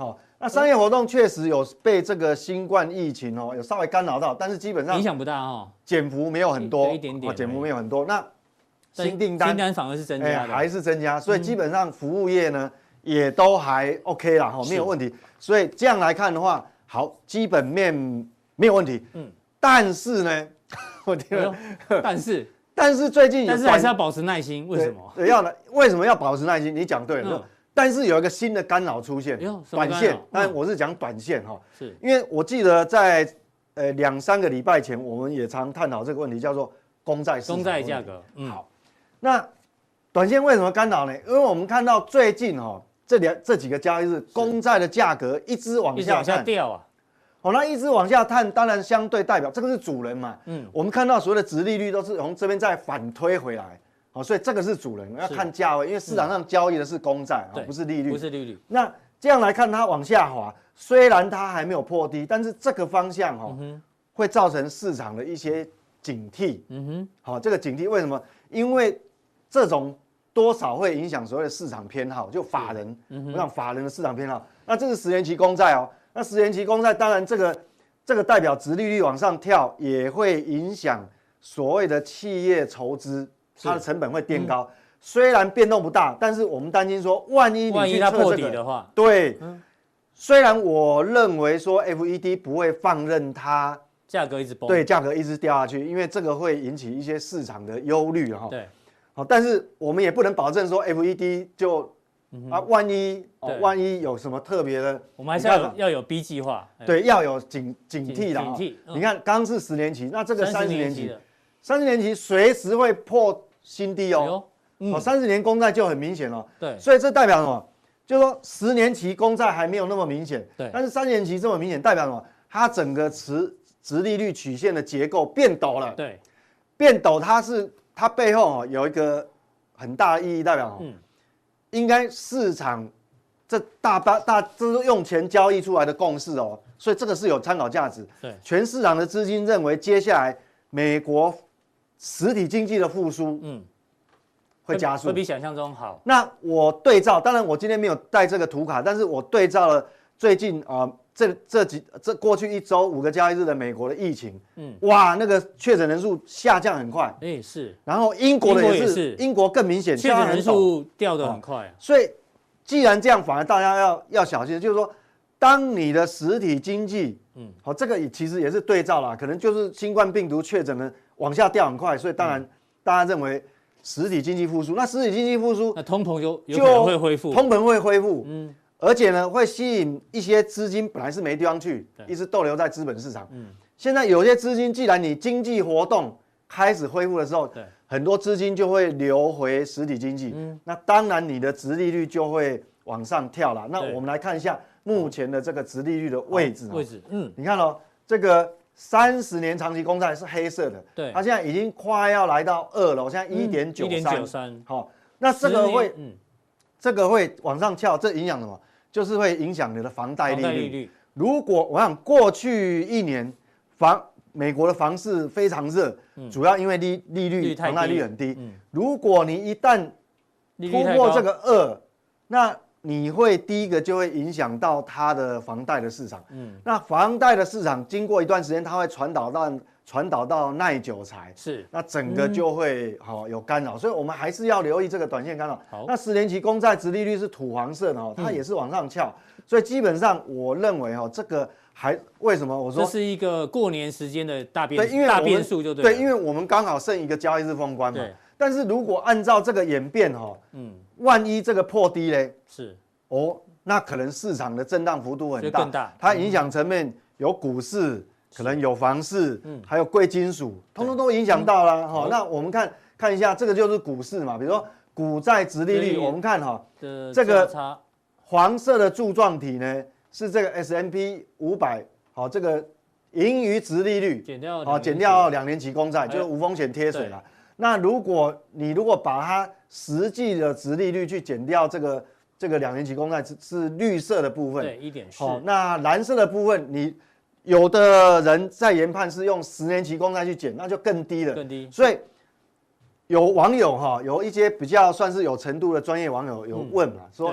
那商业活动确实有被这个新冠疫情哦有稍微干扰到，但是基本上影响不大哦， 减幅没有很多， 一点点， 减幅没有很多。那新订单新单反而是增加的， 还是增加，所以基本上服务业呢也都还 OK 啦，哈，没有问题。所以这样来看的话，好，基本面没有问题，嗯，但是呢，我觉得， 但是。 但是最近， 但是还是要保持耐心，为什么？ 对，要为什么要保持耐心？你讲对了。嗯、但是有一个新的干扰出现，短线，但我是讲短线哈，是因为我记得在呃两三个礼拜前，我们也常探讨这个问题，叫做公债市场。 公债价格， 嗯、好，那短线为什么干扰呢？因为我们看到最近哈这两这几个交易日，公债的价格一直往下往下掉啊。 好，那一直往下探，当然相对代表这个是主人嘛。嗯，我们看到所谓的殖利率都是从这边再反推回来，好，所以这个是主人要看价位，因为市场上交易的是公债，不是利率， 不是利率。 那这样来看，它往下滑，虽然它还没有破低，但是这个方向哈，会造成市场的一些警惕。嗯哼，好，这个警惕为什么？因为这种多少会影响所谓的市场偏好，就法人，我想法人的市场偏好。那这是十年期公债哦。那十年期公债，当然这个这个代表殖利率往上跳，也会影响所谓的企业筹资，它的成本会垫高。嗯、虽然变动不大，但是我们担心说，万一你去测这个， 破底的话， 对，嗯、虽然我认为说 F E D 不会放任它价格一直崩， 对，价格一直掉下去，因为这个会引起一些市场的忧虑哈。 对， 好，但是我们也不能保证说 F E D 就。啊，万一哦，万一有什么特别的， 我们还是要有要有 B 计划， 对，要有警警惕的。警惕，你看刚刚是十年期，那这个三十年期，三十年期随时会破新低哦。哦，三十年公债就很明显了。 对， 所以这代表什么？就是说十年期公债还没有那么明显， 对， 但是三年期这么明显，代表什么？它整个殖殖利率曲线的结构变陡了。 对， 变陡，它是它背后哦有一个很大的意义，代表嗯。应该市场这大大大这是用钱交易出来的共识哦，所以这个是有参考价值。 对， 全市场的资金认为接下来美国实体经济的复苏，嗯，会加速， 会比想象中好。 那我对照，当然我今天没有带这个图卡，但是我对照了最近啊、呃、这这几这过去一周五个交易日的美国的疫情，嗯，哇，那个确诊人数下降很快， 哎、欸、是， 然后英国的也是，英国更明显， 确诊人数掉得很快、啊哦， 所以既然这样，反而大家要要小心，就是说，当你的实体经济，嗯，好、哦，这个其实也是对照啦，可能就是新冠病毒确诊的往下掉很快，所以当然、嗯、大家认为实体经济复苏，那实体经济复苏， 那通膨就有可能会恢复， 通膨会恢复，嗯。而且呢，会吸引一些资金本来是没地方去，一直逗留在资本市场。嗯，现在有些资金，既然你经济活动开始恢复的时候，对，很多资金就会流回实体经济。嗯，那当然你的殖利率就会往上跳了。那我们来看一下目前的这个殖利率的位置。 位置，嗯， 你看哦，这个三十年长期公债是黑色的， 对， 它现在已经快要来到二了，现在一点九三，一点九三。 好，那这个会，嗯，这个会往上跳，这影响什么？就是会影响你的房贷利率。房贷利率如果我想过去一年房美国的房市非常热，嗯、主要因为利利率房贷率很低。嗯、如果你一旦突破这个二，那你会第一个就会影响到它的房贷的市场。嗯，那房贷的市场经过一段时间，它会传导到传导到耐久财， 是， 那整个就会好、嗯哦、有干扰，所以我们还是要留意这个短线干扰。那十年期公债殖利率是土黄色的哦，它也是往上翘，嗯、所以基本上我认为哦，这个还为什么我说这是一个过年时间的大变，对，因为大变数就对了， 对，因为我们刚好剩一个交易日封关嘛。对。但是如果按照这个演变哦，嗯，万一这个破低嘞， 是哦，那可能市场的震荡幅度很大，更大， 它影响层面有股市。可能有房市，嗯，还有贵金属，通通都影响到了哈。那我们看看一下，这个就是股市嘛，比如说股债殖利率，我们看哈，这个黄色的柱状体呢是这个 S M P 五百，好，这个盈余殖利率减掉， 好，减掉两年期公债，就是无风险贴水了。那如果你如果把它实际的殖利率去减掉这个这个两年期公债是绿色的部分， 对，一点四。 好，那蓝色的部分你。有的人在研判是用十年期公债去减，那就更低了， 更低。 所以有网友哈，有一些比较算是有程度的专业网友有问嘛，嗯、说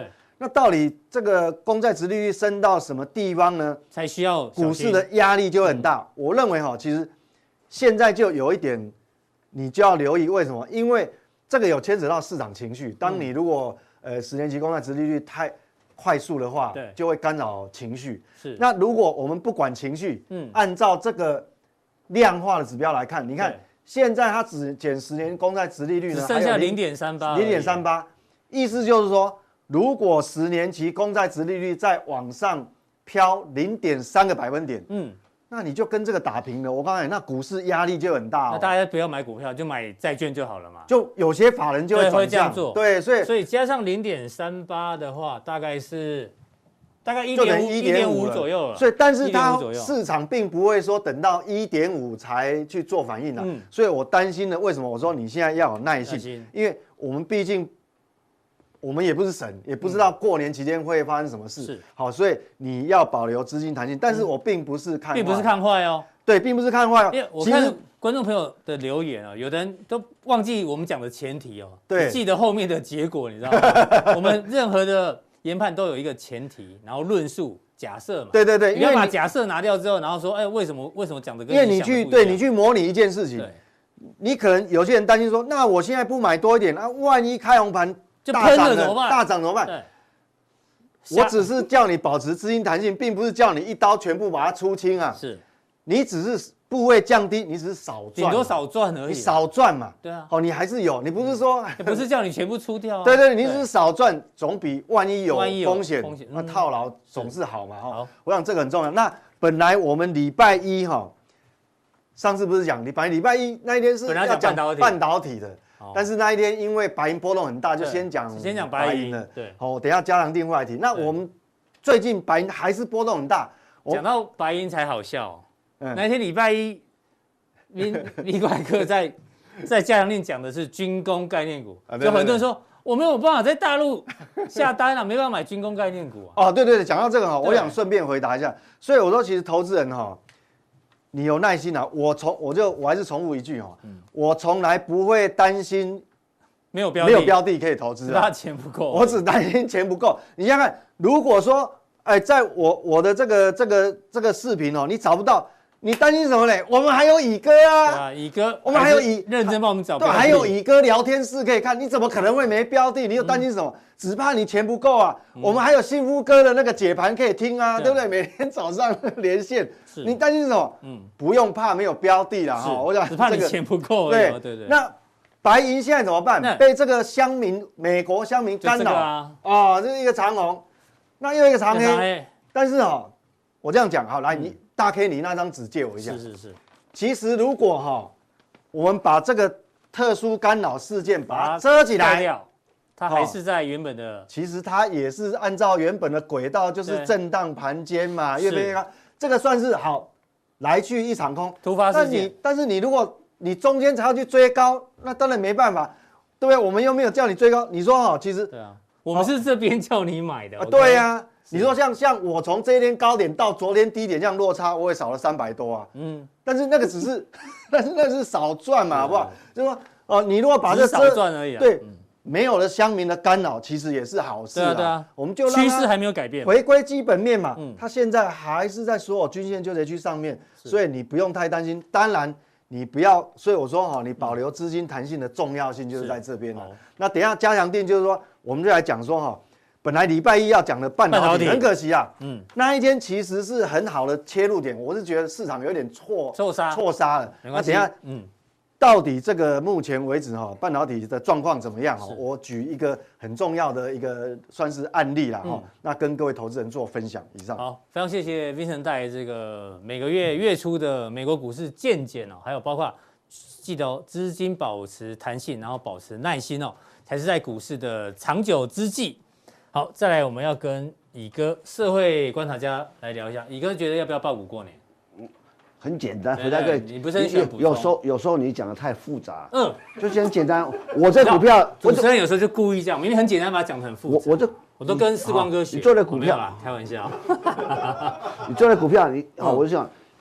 那到底这个公债殖利率升到什么地方呢？ 才需要股市的压力就很大。嗯、我认为哈，其实现在就有一点，你就要留意，为什么？因为这个有牵扯到市场情绪。当你如果、嗯、呃十年期公债殖利率太快速的话， 对， 就会干扰情绪。 是。 那如果我们不管情绪，嗯，按照这个量化的指标来看，你看现在它只减十年公债殖利率呢， 只剩下零点三八， 零点三八，意思就是说，如果十年期公债殖利率再往上飘零点三个百分点，嗯，那你就跟这个打平了。我刚才那股市压力就很大、哦， 那大家不要买股票，就买债券就好了嘛。 就有些法人就会转这样做， 对，所以所以加上零点三八的话，大概是大概一点五一点五左右了。 所以，但是它市场并不会说等到一点五才去做反应了、啊。嗯，所以我担心的，为什么我说你现在要有耐性？耐心因为我们毕竟。我们也不是神，也不知道过年期间会发生什么事。是好，所以你要保留资金弹性。但是我并不是看坏， 并不是看坏哦。 对，并不是看坏哦。 因为我看观众朋友的留言啊，有的人都忘记我们讲的前提哦，对，记得后面的结果，你知道吗？我们任何的研判都有一个前提，然后论述假设嘛。 对对对， 你要把假设拿掉之后，然后说，哎，为什么为什么讲的跟因为你去对你去模拟一件事情，你可能有些人担心说，那我现在不买多一点啊，万一开红盘。 就喷了怎么办？ 大涨怎么办？我只是叫你保持资金弹性，并不是叫你一刀全部把它出清啊。是，你只是部位降低，你只是少赚， 顶多少赚而已。 你少赚嘛。 对啊。 哦，你还是有，你不是说不是叫你全部出掉啊？ 对对，你只是少赚，总比万一有风险， 风险那套牢总是好嘛。哈，我想这个很重要。那本来我们礼拜一哈，上次不是讲，你本来礼拜一那一天是要讲半导体的。但是那一天因为白银波动很大，就先讲先讲白银了。 对，好，等一下加强定会来提。那我们最近白银还是波动很大。 讲到白银才好笑，那一天礼拜一，李李怪客在在加强定讲的是军工概念股，就很多人说我没有办法在大陆下单啊，没办法买军工概念股啊。哦，对对对，讲到这个哈，我想顺便回答一下。所以我说，其实投资人哈。你有耐心啊！我从我就我还是重复一句哈、哦，嗯、我从来不会担心没有标的没有标的可以投资啊，钱不够， 我只担心钱不够。你想想看，如果说哎，在我我的这个这个这个视频哦，你找不到，你担心什么嘞？我们还有乙哥啊， 对啊，乙哥， 我们还有乙认真帮我们找标的，对，还有乙哥聊天室可以看，你怎么可能会没标的？你又担心什么？嗯、只怕你钱不够啊！嗯、我们还有幸福哥的那个解盘可以听啊，对不对？每天早上连线。你担心什么？嗯，不用怕没有标的啦哈。我想只怕你钱不够。 对对对。那白银现在怎么办？被这个乡民、美国乡民干扰啊！哦，这是一个长红，那又一个长黑。但是哦，我这样讲好，来，你大 K， 你那张纸借我一下。 是是是。 其实如果哈，我们把这个特殊干扰事件把它遮起来， 它还是在原本的。 其实它也是按照原本的轨道，就是震荡盘间嘛，越变越高。这个算是好，来去一场空， 突发事件。 你但是你如果你中间才要去追高，那当然没办法，对不对？我们又没有叫你追高，你说哈，其实对啊，我们是这边叫你买的。 啊对呀、啊，你说像像我从这一天高点到昨天低点这样落差，我也少了三百多啊。嗯，但是那个只是，但是那是少赚嘛，好不好？就是说哦，你如果把这少赚而已。 对。没有了乡民的干扰，其实也是好事啊。对啊， 对啊， 我们就趋势还没有改变， 回归基本面嘛。嗯，它现在还是在所有均线纠结区上面，所以你不用太担心。当然，你不要，所以我说哈，你保留资金弹性的重要性就是在这边了。那等一下加强定就是说，我们就来讲说哈，本来礼拜一要讲的半导体，很可惜啊，嗯，那一天其实是很好的切入点，我是觉得市场有点错错杀错杀了。那等一下，嗯。到底这个目前为止哈，半导体的状况怎么样哈？我举一个很重要的一个算是案例啦哈，嗯、那跟各位投资人做分享。以上好，非常谢谢 Vincent 带来这个每个月月初的美国股市见解哦，还有包括记得哦，资金保持弹性，然后保持耐心哦，才是在股市的长久之计。好，再来我们要跟乙哥社会观察家来聊一下，乙哥觉得要不要抱股过年？ 很简单，回答个， 你不是很喜欢补充？ 有时候有时候你讲的太复杂，嗯，就很简单。我这股票， 主持人有时候就故意这样，明明很简单，把它讲得很复杂。 我我这我都跟世光哥学。 你做的股票啦，开玩笑。 你做的股票，你好，我就想，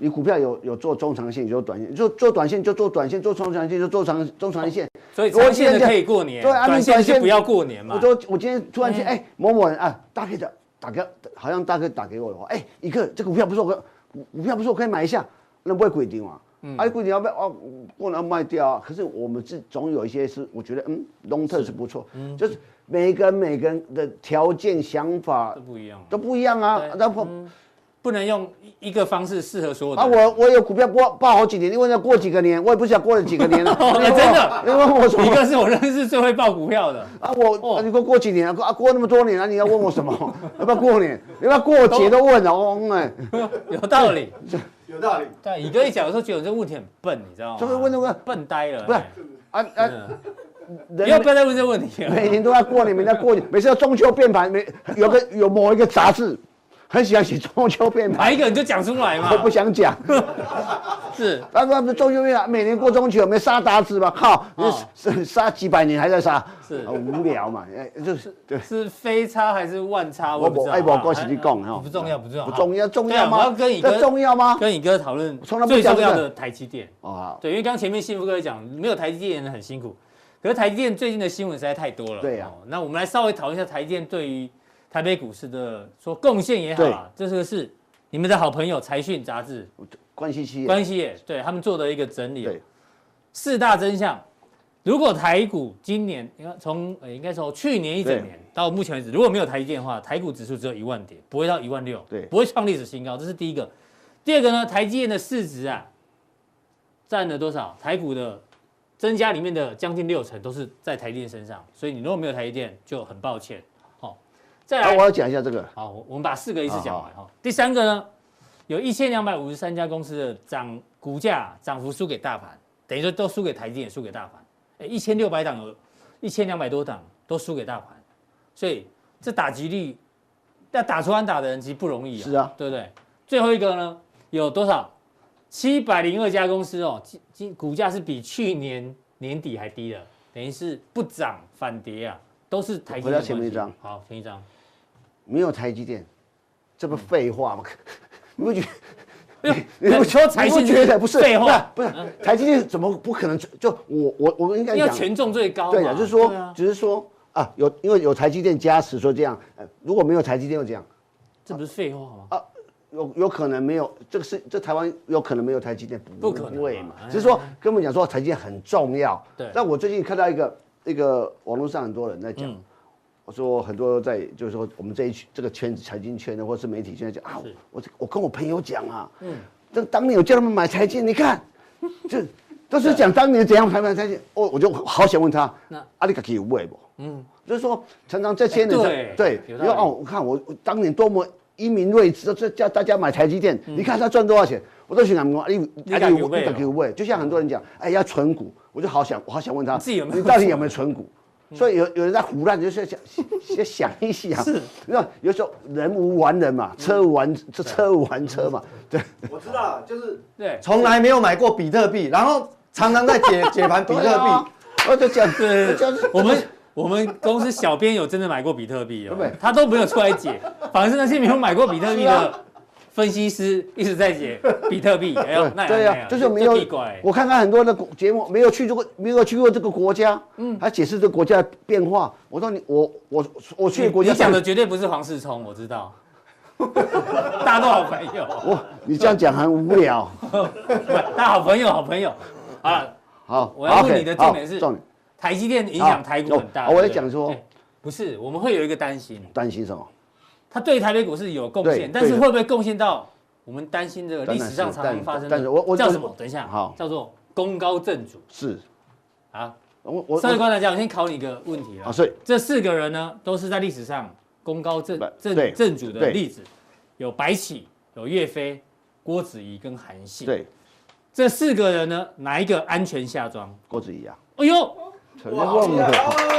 你股票有有做中长线，有做短线，做做短线就做短线，做中长线就做长中长线。 所以长线的可以过年， 对啊， 短线就不要过年嘛。 我说我今天突然间，哎，某某人啊，大哥打打给，好像大哥打给我的话，哎，一个这股票不错，股股票不错，可以买一下，那不会规定嘛？嗯，啊，规定要不要哦，不能卖掉啊？可是我们是总有一些是，我觉得嗯，long term 是不错，嗯，就是每个人每个人的条件想法都不一样， 都不一样啊，然后。 不能用一个方式适合所有的啊！我我有股票报报好几年，你问要过几个年，我也不晓得过了几个年了。 真的， 你问我什么？ 一个是我认识最会报股票的啊！我你过过几年啊？过那么多年了，你要问我什么？要不要过年？要不要过节都问了？哦，哎， 有道理， 有道理。 对，乙哥一讲的时候，觉得这个问题很笨，你知道吗？ 就是问那个笨呆了。 不是啊啊！ 不要不要再问这个问题了。 每年都要过年，每年过年，每次要中秋变盘，每有个有某一个杂志。很喜欢写中秋变盘， 哪一个你就讲出来嘛。 我不想讲， 是。 他说中秋变盘，每年过中秋有没有杀杂志嘛？靠，杀杀几百年还在杀，是无聊嘛？哎，就是对。 是非差还是万差？我不知道。 哎，我过去你讲哈， 不重要，不重要， 不重要，重要吗？ 我要跟乙哥重要吗？ 跟乙哥讨论最重要的台积电啊。 对，因为刚前面幸福哥讲，没有台积电很辛苦，可是台积电最近的新闻实在太多了。 对呀。 那我们来稍微讨论一下台积电对于台北股市的说贡献也好啊，这个是你们的好朋友财讯杂志关系企业关系业对他们做的一个整理。 对， 四大真相。如果台股今年，你看从呃应该从去年一整年到目前为止，如果没有台积电的话，台股指数只有一万点，不会到一万六， 对， 不会创历史新高，这是第一个。第二个呢，台积电的市值啊，占了多少？台股的增加里面的将近六成都是在台积电身上，所以你如果没有台积电，就很抱歉。再来， 我要讲一下这个。 好，我们把四个一次讲完哈。第三个呢，有一千两百五十三家公司的涨股价涨幅输给大盘，等于说都输给台积电，也输给大盘。哎，一千六百档有一千两百多档都输给大盘，所以这打击率，要打出安打的人其实不容易啊。 是啊， 对不对？最后一个呢，有多少？七百零二家公司哦，今今股价是比去年年底还低的，等于是不涨反跌啊，都是台积电。 回到前面一张， 好，前一张。 没有台积电，这不废话吗？你不觉得？你不说财讯觉得不是废话？ 不是台积电怎么不可能？就我我我应该讲， 因为权重最高。 对的，就是说，只是说啊，有因为有台积电加持，说这样，如果没有台积电又这样， 这不是废话吗？ 啊，有有可能没有这个是这台湾有可能没有台积电， 不可能嘛？只是说跟我们讲说台积电很重要。 对。 但我最近看到一个一个网络上很多人在讲。我说很多在就是说我们这一区这个圈子财经圈的或是媒体现在讲啊，我我跟我朋友讲啊，嗯，这当年有叫他们买台积电，你看，这都是讲当年怎样买买台积电，我我就好想问他，那阿里卡可以买不？嗯，就是说常常这些人对对，因为哦，我看我当年多么英明睿智，这叫大家买台积电，你看他赚多少钱，我都想讲阿里阿里阿里可以买，就像很多人讲，哎要存股，我就好想我好想问他，你到底有没有存股？所以有有人在胡乱，就是想先想一想，是，那有时候人无完人嘛，车无完这车无完车嘛，对。 我知道，就是对， 从来没有买过比特币，然后常常在解解盘比特币， 我就讲， 对，我们我们公司小编有真的买过比特币哦，他都没有出来解，反而是那些没有买过比特币的分析师一直在解比特币，哎呦，那对呀，就是没有。我看看很多的节目，没有去过，没有去过这个国家，嗯，还解释这个国家的变化。我说你，我我我去国家， 你讲的绝对不是黄世聪，我知道，大家都好朋友。 我你这样讲很无聊， 大家好朋友，好朋友啊。 好， 我要问你的重点是，台积电影响台股很大。 我也讲说， 不是，我们会有一个担心， 担心什么？ 它对台北股市有贡献，但是会不会贡献到我们担心这个历史上常常发生的？ 但是我我叫什么？等一下，好，叫做功高震主。 是， 啊，我我上一关来讲，我先考你一个问题了。 啊，是。 这四个人呢，都是在历史上功高震震震主的例子，有白起、有岳飞、郭子仪跟韩信。 对， 这四个人呢，哪一个安全下庄？ 郭子仪啊。 哎呦， 承认忘了。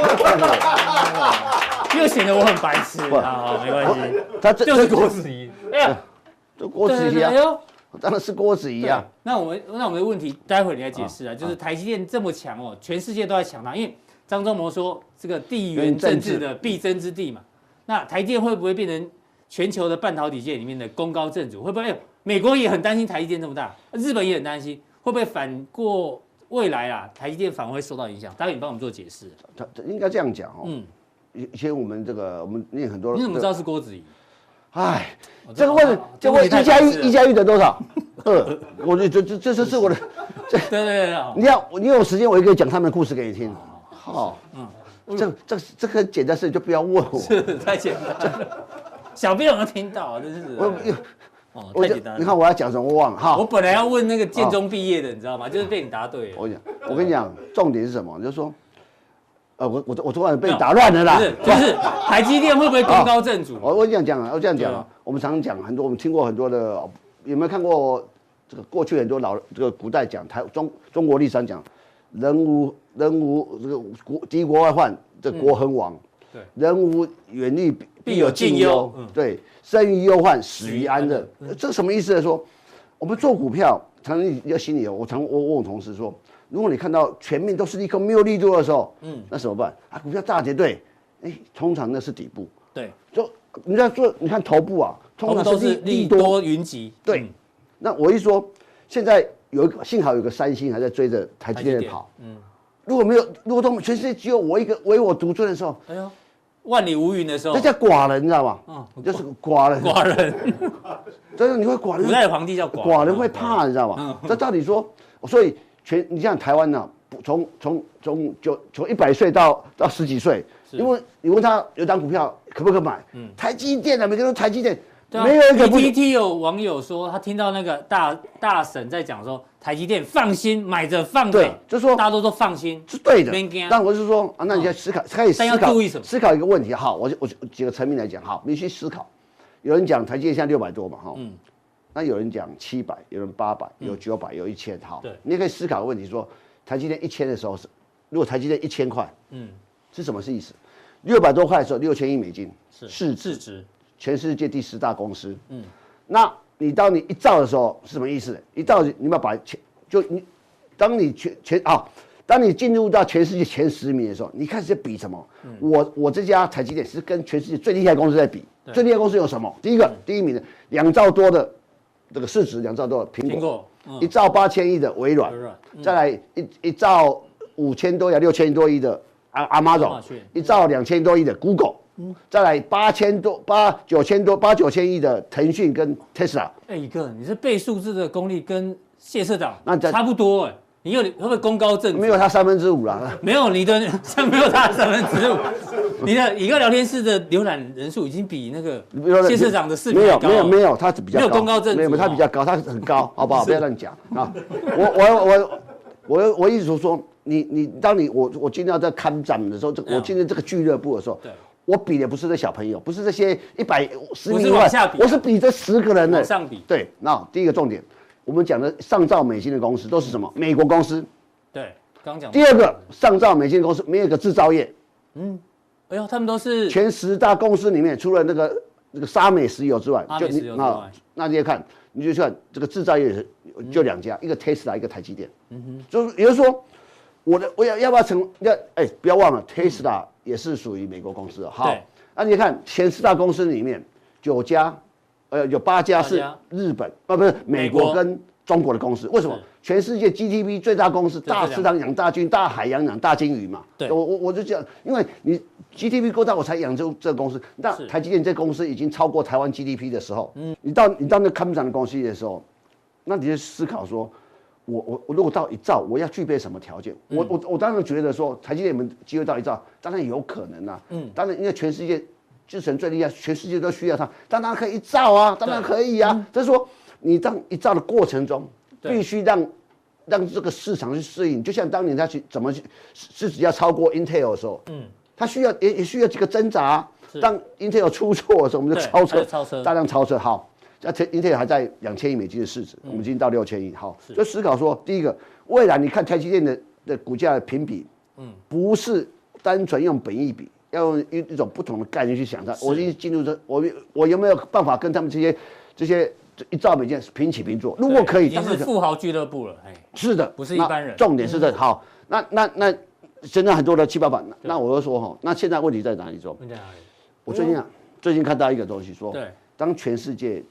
又显得我很白痴啊，没关系，他这就是郭子仪，哎呀， 这郭子仪啊，当然是郭子仪啊。 那我们那我们的问题，待会你来解释啊，就是台积电这么强哦，全世界都在抢它，因为张忠谋说这个地缘政治的必争之地嘛，那台积电会不会变成全球的半导体界里面的功高震主？会不会美国也很担心台积电这么大，日本也很担心，会不会反过未来啊，台积电反而会受到影响？待会你帮我们做解释。 他应该这样讲哦。嗯，以前我们这个我们念很多， 你怎么知道是郭子仪？ 哎，这个问，这个问一加一一加一等多少？二，我这这这这是我的， 对对对， 你要你有时间，我也可以讲他们的故事给你听。好，嗯，这这这个很简单事就不要问我， 是太简单了，小朋友能听到，真是。我哦，太简单了。 你看我要讲什么，我忘了哈。 我本来要问那个建中毕业的，你知道吗？就是被你答对了。 我讲，我跟你讲，重点是什么？就是说。呃，我我我昨晚被你打乱了啦。 不是，就是台积电会不会功高震主？ 我我这样讲啊，我这样讲啊，我们常常讲很多，我们听过很多的，有没有看过这个过去很多老这个古代讲台中中国历史上讲，人无人无这个国敌国外患，这国恒亡。对，人无远虑，必有近忧。对，生于忧患，死于安乐。这什么意思呢？说我们做股票，常常要心里有，我常我问我同事说。如果你看到全面都是利空，没有利多的时候，嗯，那怎么办？啊，股票大跌，对，哎，通常那是底部， 对， 就你在做，你看头部啊，通常都是利多云集， 对。嗯、那我一说，现在有一个幸好有个三星还在追着台积电跑，嗯，如果没有，如果都全世界只有我一个唯我独尊的时候，哎呦， 万里无云的时候， 那叫寡人，你知道吗？嗯，就是寡人， 寡人， 真的你会寡人， 古代皇帝叫寡人， 寡人会怕，你知道吗？这到底说，所以。全你像台湾呢、啊，从从从九从一百岁到到十几岁，因为你问他有档股票可不可以买？嗯，台积电啊，每个人都台积电， 啊、没有一个不。P T T 有网友说，他听到那个大大婶在讲说，台积电放心买着放着， 对，就说大家都说放心， 是对的。但我是说啊，那你要思考，哦、可以思考思考一个问题。好，我我几个层面来讲，好，你去思考。有人讲台积电现在六百多嘛，哈，嗯。那有人讲七百，有人八百，有九百，有一千，好，对，你也可以思考个问题说，台积电一千的时候是，如果台积电一千块，嗯，是什么意思？六百多块的时候，六千亿美金是市市值，全世界第十大公司，嗯，那你当你一兆的时候是什么意思？一兆你要把钱就你，当你全全啊，当你进入到全世界前十名的时候，你开始比什么？嗯、我我这家台积电是跟全世界最厉害的公司在比，最厉害的公司有什么？第一个，嗯、第一名的两兆多的。这个市值两兆多的苹果，苹果嗯、一兆八千亿的微软，嗯、再来一一兆五千多呀六千多亿的阿阿玛总，一兆两千多亿的 Google，、嗯、再来八千多八九千多八九千亿的腾讯跟 Tesla。 哎，一个你是背数字的功力跟谢社长那差不多哎，你有会不会功高震主？ 没有他三分之五啦， 没有你的像没有他三分之五。你的一个聊天室的浏览人数已经比那个谢社长的视频没有没有没有，他比较高，没有功高震主， 没有他比较高，他很高，好不好？不要乱讲啊！我我我我我一直说，你你当你我我今天要在看展的时候，这我今天这个俱乐部的时候，我比的不是这小朋友，不是这些一百十名外，我是比这十个人的往上比。 对，那第一个重点，我们讲的上兆美金的公司都是什么？美国公司。 对，刚讲。 第二个上兆美金的公司没有一个制造业。嗯。 哎呦，他们都是全十大公司里面，除了那个那个沙美石油之外， 就你那那你也看，你就看这个制造业就两家，一个 Tesla， 一个台积电。嗯哼，就是也就是说，我的我要要不要成要哎，不要忘了 Tesla 也是属于美国公司。好，那你看前十大公司里面九家，呃，有八家是日本啊，不是美国跟中国的公司。为什么？全世界 G D P 最大公司，大市场养大军，大海洋养大鲸鱼嘛。对，我我我就讲，因为你 G D P 够大，我才养这这个公司。那台积电这公司已经超过台湾 G D P 的时候，嗯，你到你到那看不上的公司的时候，那你就思考说，我我我如果到一兆，我要具备什么条件？嗯、我我我当然觉得说，台积电们机会到一兆，当然有可能啊。嗯，当然因为全世界制程最厉害，全世界都需要它，当然可以一兆啊，当然可以啊。嗯、就是说，你当一兆的过程中。必须让让这个市场去适应，就像当年他去怎么去市值要超过 Intel 的时候，嗯，他需要也也需要几个挣扎、啊。当 Intel 出错的时候，我们就超车，超车大量超车。好，那 Intel 还在两千亿美金的市值，嗯、我们已经到六千亿。好，就思考说，第一个，未来你看台积电的的股价的评比，嗯，不是单纯用本益比，要用一一种不同的概念去想它。我一进入这，我我有没有办法跟他们这些这些？一兆美金平起平坐，如果可以， 已经是富豪俱乐部了。哎， 是的， 不是一般人。 重点是这好，那那那现在很多的七八百，那我就说哈，那现在问题在哪里？说，问题在哪里？我最近啊，最近看到一个东西说，对，当全世界都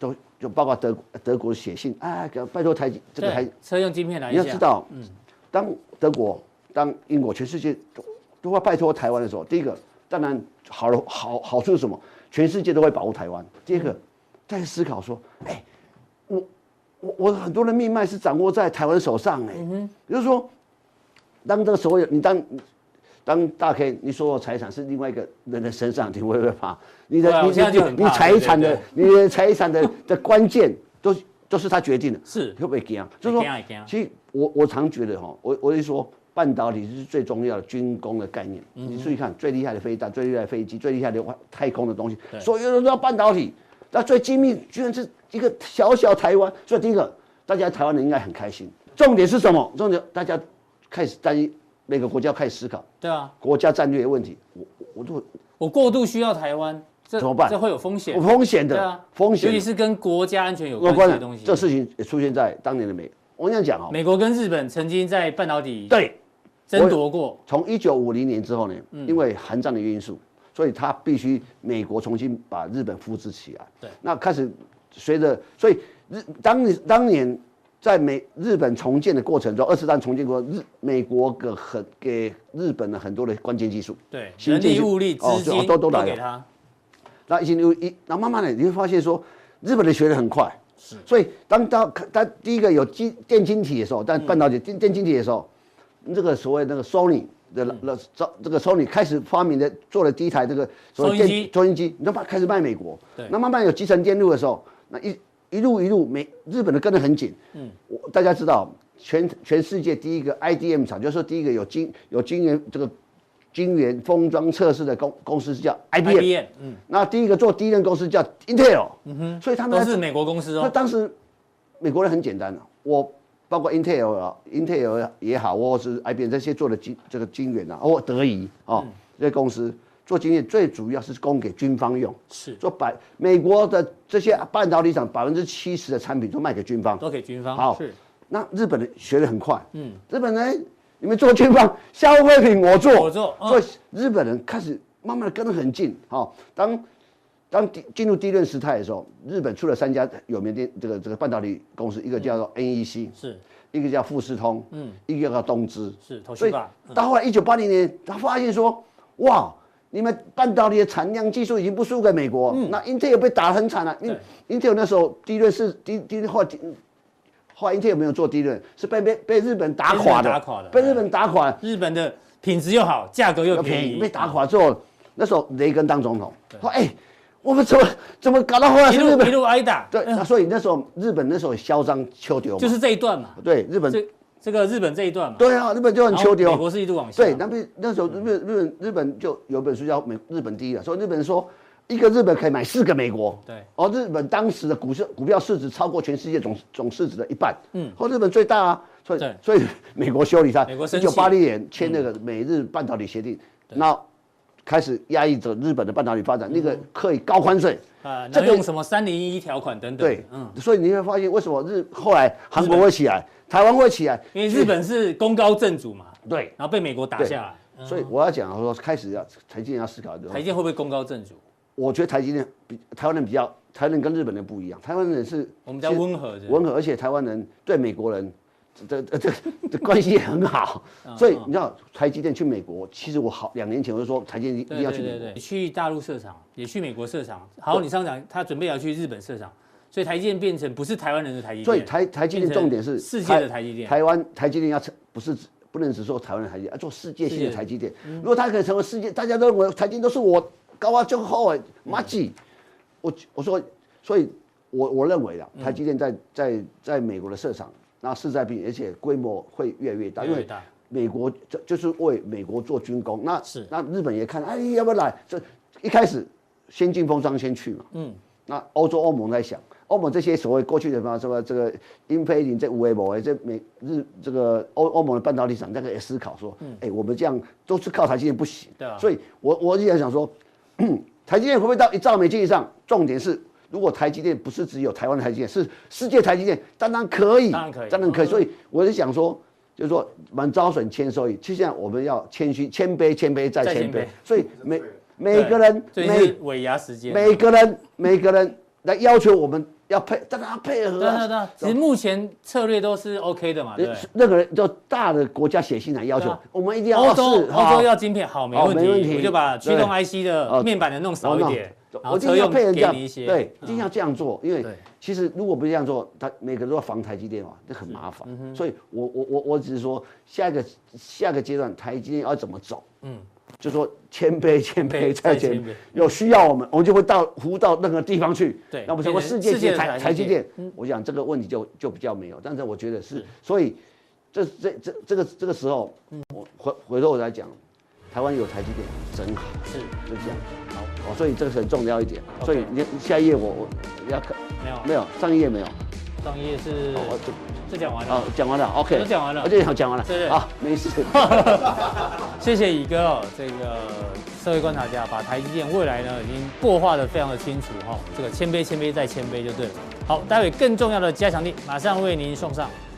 就包括德德国写信，哎，拜托台这个台车用晶片来一下。 你要知道，嗯，当德国、当英国、全世界都都会拜托台湾的时候，第一个当然好了好好处是什么？全世界都会保护台湾。第二个，在思考说，哎，我我我很多的命脉是掌握在台湾手上，哎，嗯、也就是说，当这个所有你当。当大 K， 你所有财产是另外一个人的身上，你会不会怕？你的、啊、你你你财产的你的财产的的关键都都是他决定的， 是会不会惊？就是说，其实我我常觉得哈，我我就说半导体是最重要的军工的概念。嗯、你注意看，最厉害的飞弹、最厉害的飞机、最厉害的太空的东西，所有人都要半导体。那最精密居然是一个小小台湾，所以第一个，大家台湾人应该很开心。重点是什么？重点大家开始担心。每个国家开始思考， 对啊， 国家战略问题，我我都我过度需要台湾，这怎么办？ 这会有风险， 有风险的， 对啊， 风险， 尤其是跟国家安全有关系的东西。 这事情也出现在当年的美，我跟你讲哦， 美国跟日本曾经在半导体对争夺过。 从一九五零年之后呢，嗯、因为韩战的因素，所以他必须美国重新把日本复制起来。 对， 那开始随着，所以日当当年。在美日本重建的过程中，二次大战重建过日美国给很给日本的很多的关键技术， 对，人力物力资金、哦、 都都来给他。 那一一一，然后慢慢的你会发现说，日本人学得很快，是。所以当到他第一个有机电晶体的时候，但半导体电电晶体的时候，这个所谓那个 Sony 的了这个 Sony 开始发明的做了第一台这个所谓电收音机，你都把开始卖美国。对。那慢慢有集成电路的时候，那一。一路一路，美日本的跟得很紧。嗯，我大家知道，全全世界第一个 I D M 厂，就是说第一个有晶有晶圆这个晶圆封装测试的公公司是叫 I B M。嗯，那第一个做第一任公司叫 Intel。嗯哼，所以他们都是美国公司哦。 那当时美国人很简单，我包括 Intel 啊 ，Intel 也好，或是 I B M 这些做的晶这个晶圆啊，或德仪啊、哦嗯、这些公司。做晶圆最主要是供给军方用， 是做百美国的这些半导体厂百分之七十的产品都卖给军方， 都给军方。 好，是那日本人学得很快，嗯，日本人你们做军方消费品我做， 我做， 所以日本人开始慢慢的跟得很近。好，当当进入第一轮时代的时候，日本出了三家有名的这个这个半导体公司，一个叫做 N E C， 是，一个叫富士通，嗯，一个叫东芝， 是， 所以到后来一九八零年，他发现说，哇。你们半导体的产量技术已经不输给美国，嗯、那 Intel 被打得很惨了、啊。Intel 那时候第一轮是第第一后来后来 Intel 没有做第一轮，是被被被日本打垮的， 打垮的， 被日本打垮了。 日本的品质又好，价格又便宜， 被打垮之后，那时候雷根当总统，说：“哎、欸，我们怎么怎么搞到后来是日本一路挨打？” 对，那所以那时候日本那时候嚣张秋丢， 就是这一段嘛。 对，日本。 这个日本这一段嘛， 对啊，日本就很秋丢， 美国是一路往下。 对，那边那时候日本日本日本就有本书叫《美日本第一》了，所以日本人说一个日本可以买四个美国。对，而日本当时的股市股票市值超过全世界总总市值的一半。嗯，和日本最大啊，所以所以美国修理它。美国一九八零年签那个美日半导体协定，那、嗯、开始压抑着日本的半导体发展，嗯、那个可以高关税。 啊，这个用什么三零一条款等等。 对，嗯，所以你会发现为什么日后来韩国会起来，台湾会起来， 因为日本是功高震主嘛。 对， 然后被美国打下来。 嗯、所以我要讲说，开始要台积电要思考的。 台积电会不会功高震主？ 我觉得台积电比台湾人比较，台湾人跟日本人不一样，台湾人是我们叫温和， 温和，而且台湾人对美国人。这这这关系也很好，所以你知道台积电去美国，其实我好两年前我就说台积电一定要去美国， 对对对，去大陆设厂，也去美国设厂。好，你上讲他准备要去日本设厂，所以台积电变成不是台湾人的台积电， 所以台台积电重点是世界的台积电。 台湾台积电要成不是不能只做台湾的台积电，要做世界性的台积电。如果它可以成为世界，大家都认为台积电都是我高啊就好哎，马吉，我我说，所以我我认为啊，台积电在在在美国的设厂。那势在必行，而且规模会越来越大，因为美国就就是为美国做军工。那是那日本也看，哎，要不要来？这一开始先进封装先去嘛。嗯。那欧洲欧盟在想，欧盟这些所谓过去的什么什么这个英飞凌这无为某这美日这个欧欧盟的半导体厂，那个也思考说，嗯，哎，我们这样都是靠台积电不行。对啊。所以我我一直想说，台积电会不会到一兆美金以上？重点是。如果台积电不是只有台湾的台积电，是世界台积电，当然可以，当然可以，当然可以。所以我是想说，就是说满招损，谦收益。其实现在我们要谦虚，谦卑，谦卑再谦卑。所以每每个人每尾牙时间， 每个人每个人来要求我们要配，大家配合、啊。 对对对，其实目前策略都是 OK 的嘛，对不对？ 任何人就大的国家写信来要求，我们一定要欧洲是欧洲要晶片，好，没问没问题题，我就把驱动 I C 的面板的弄少一点，然后车用给你一些， 对，一定要这样做，因为其实如果不这样做，他每个都要防台积电嘛，这很麻烦。所以我我我我只是说，下一个下一个阶段台积电要怎么走？嗯。就说谦卑，谦卑再谦卑，有需要我们，我们就会到服务到任何地方去。 对， 那不成为世界级台台积电？我想这个问题就就比较没有，但是我觉得是，所以这这这这个这个时候，我回回头我来讲，台湾有台积电真好， 是就这样。好，哦，所以这个很重要一点。所以你下一页我我要看没有没有上一页没有， 上一页是这讲完了， 哦，讲完了 ，OK， 都讲完了， 而且讲完了， 对对， 好，没事。 谢谢乙哥哦，这个社会观察家把台积电未来呢已经擘画的非常的清楚哈，这个谦卑谦卑再谦卑就对了。好，待会更重要的加强力马上为您送上。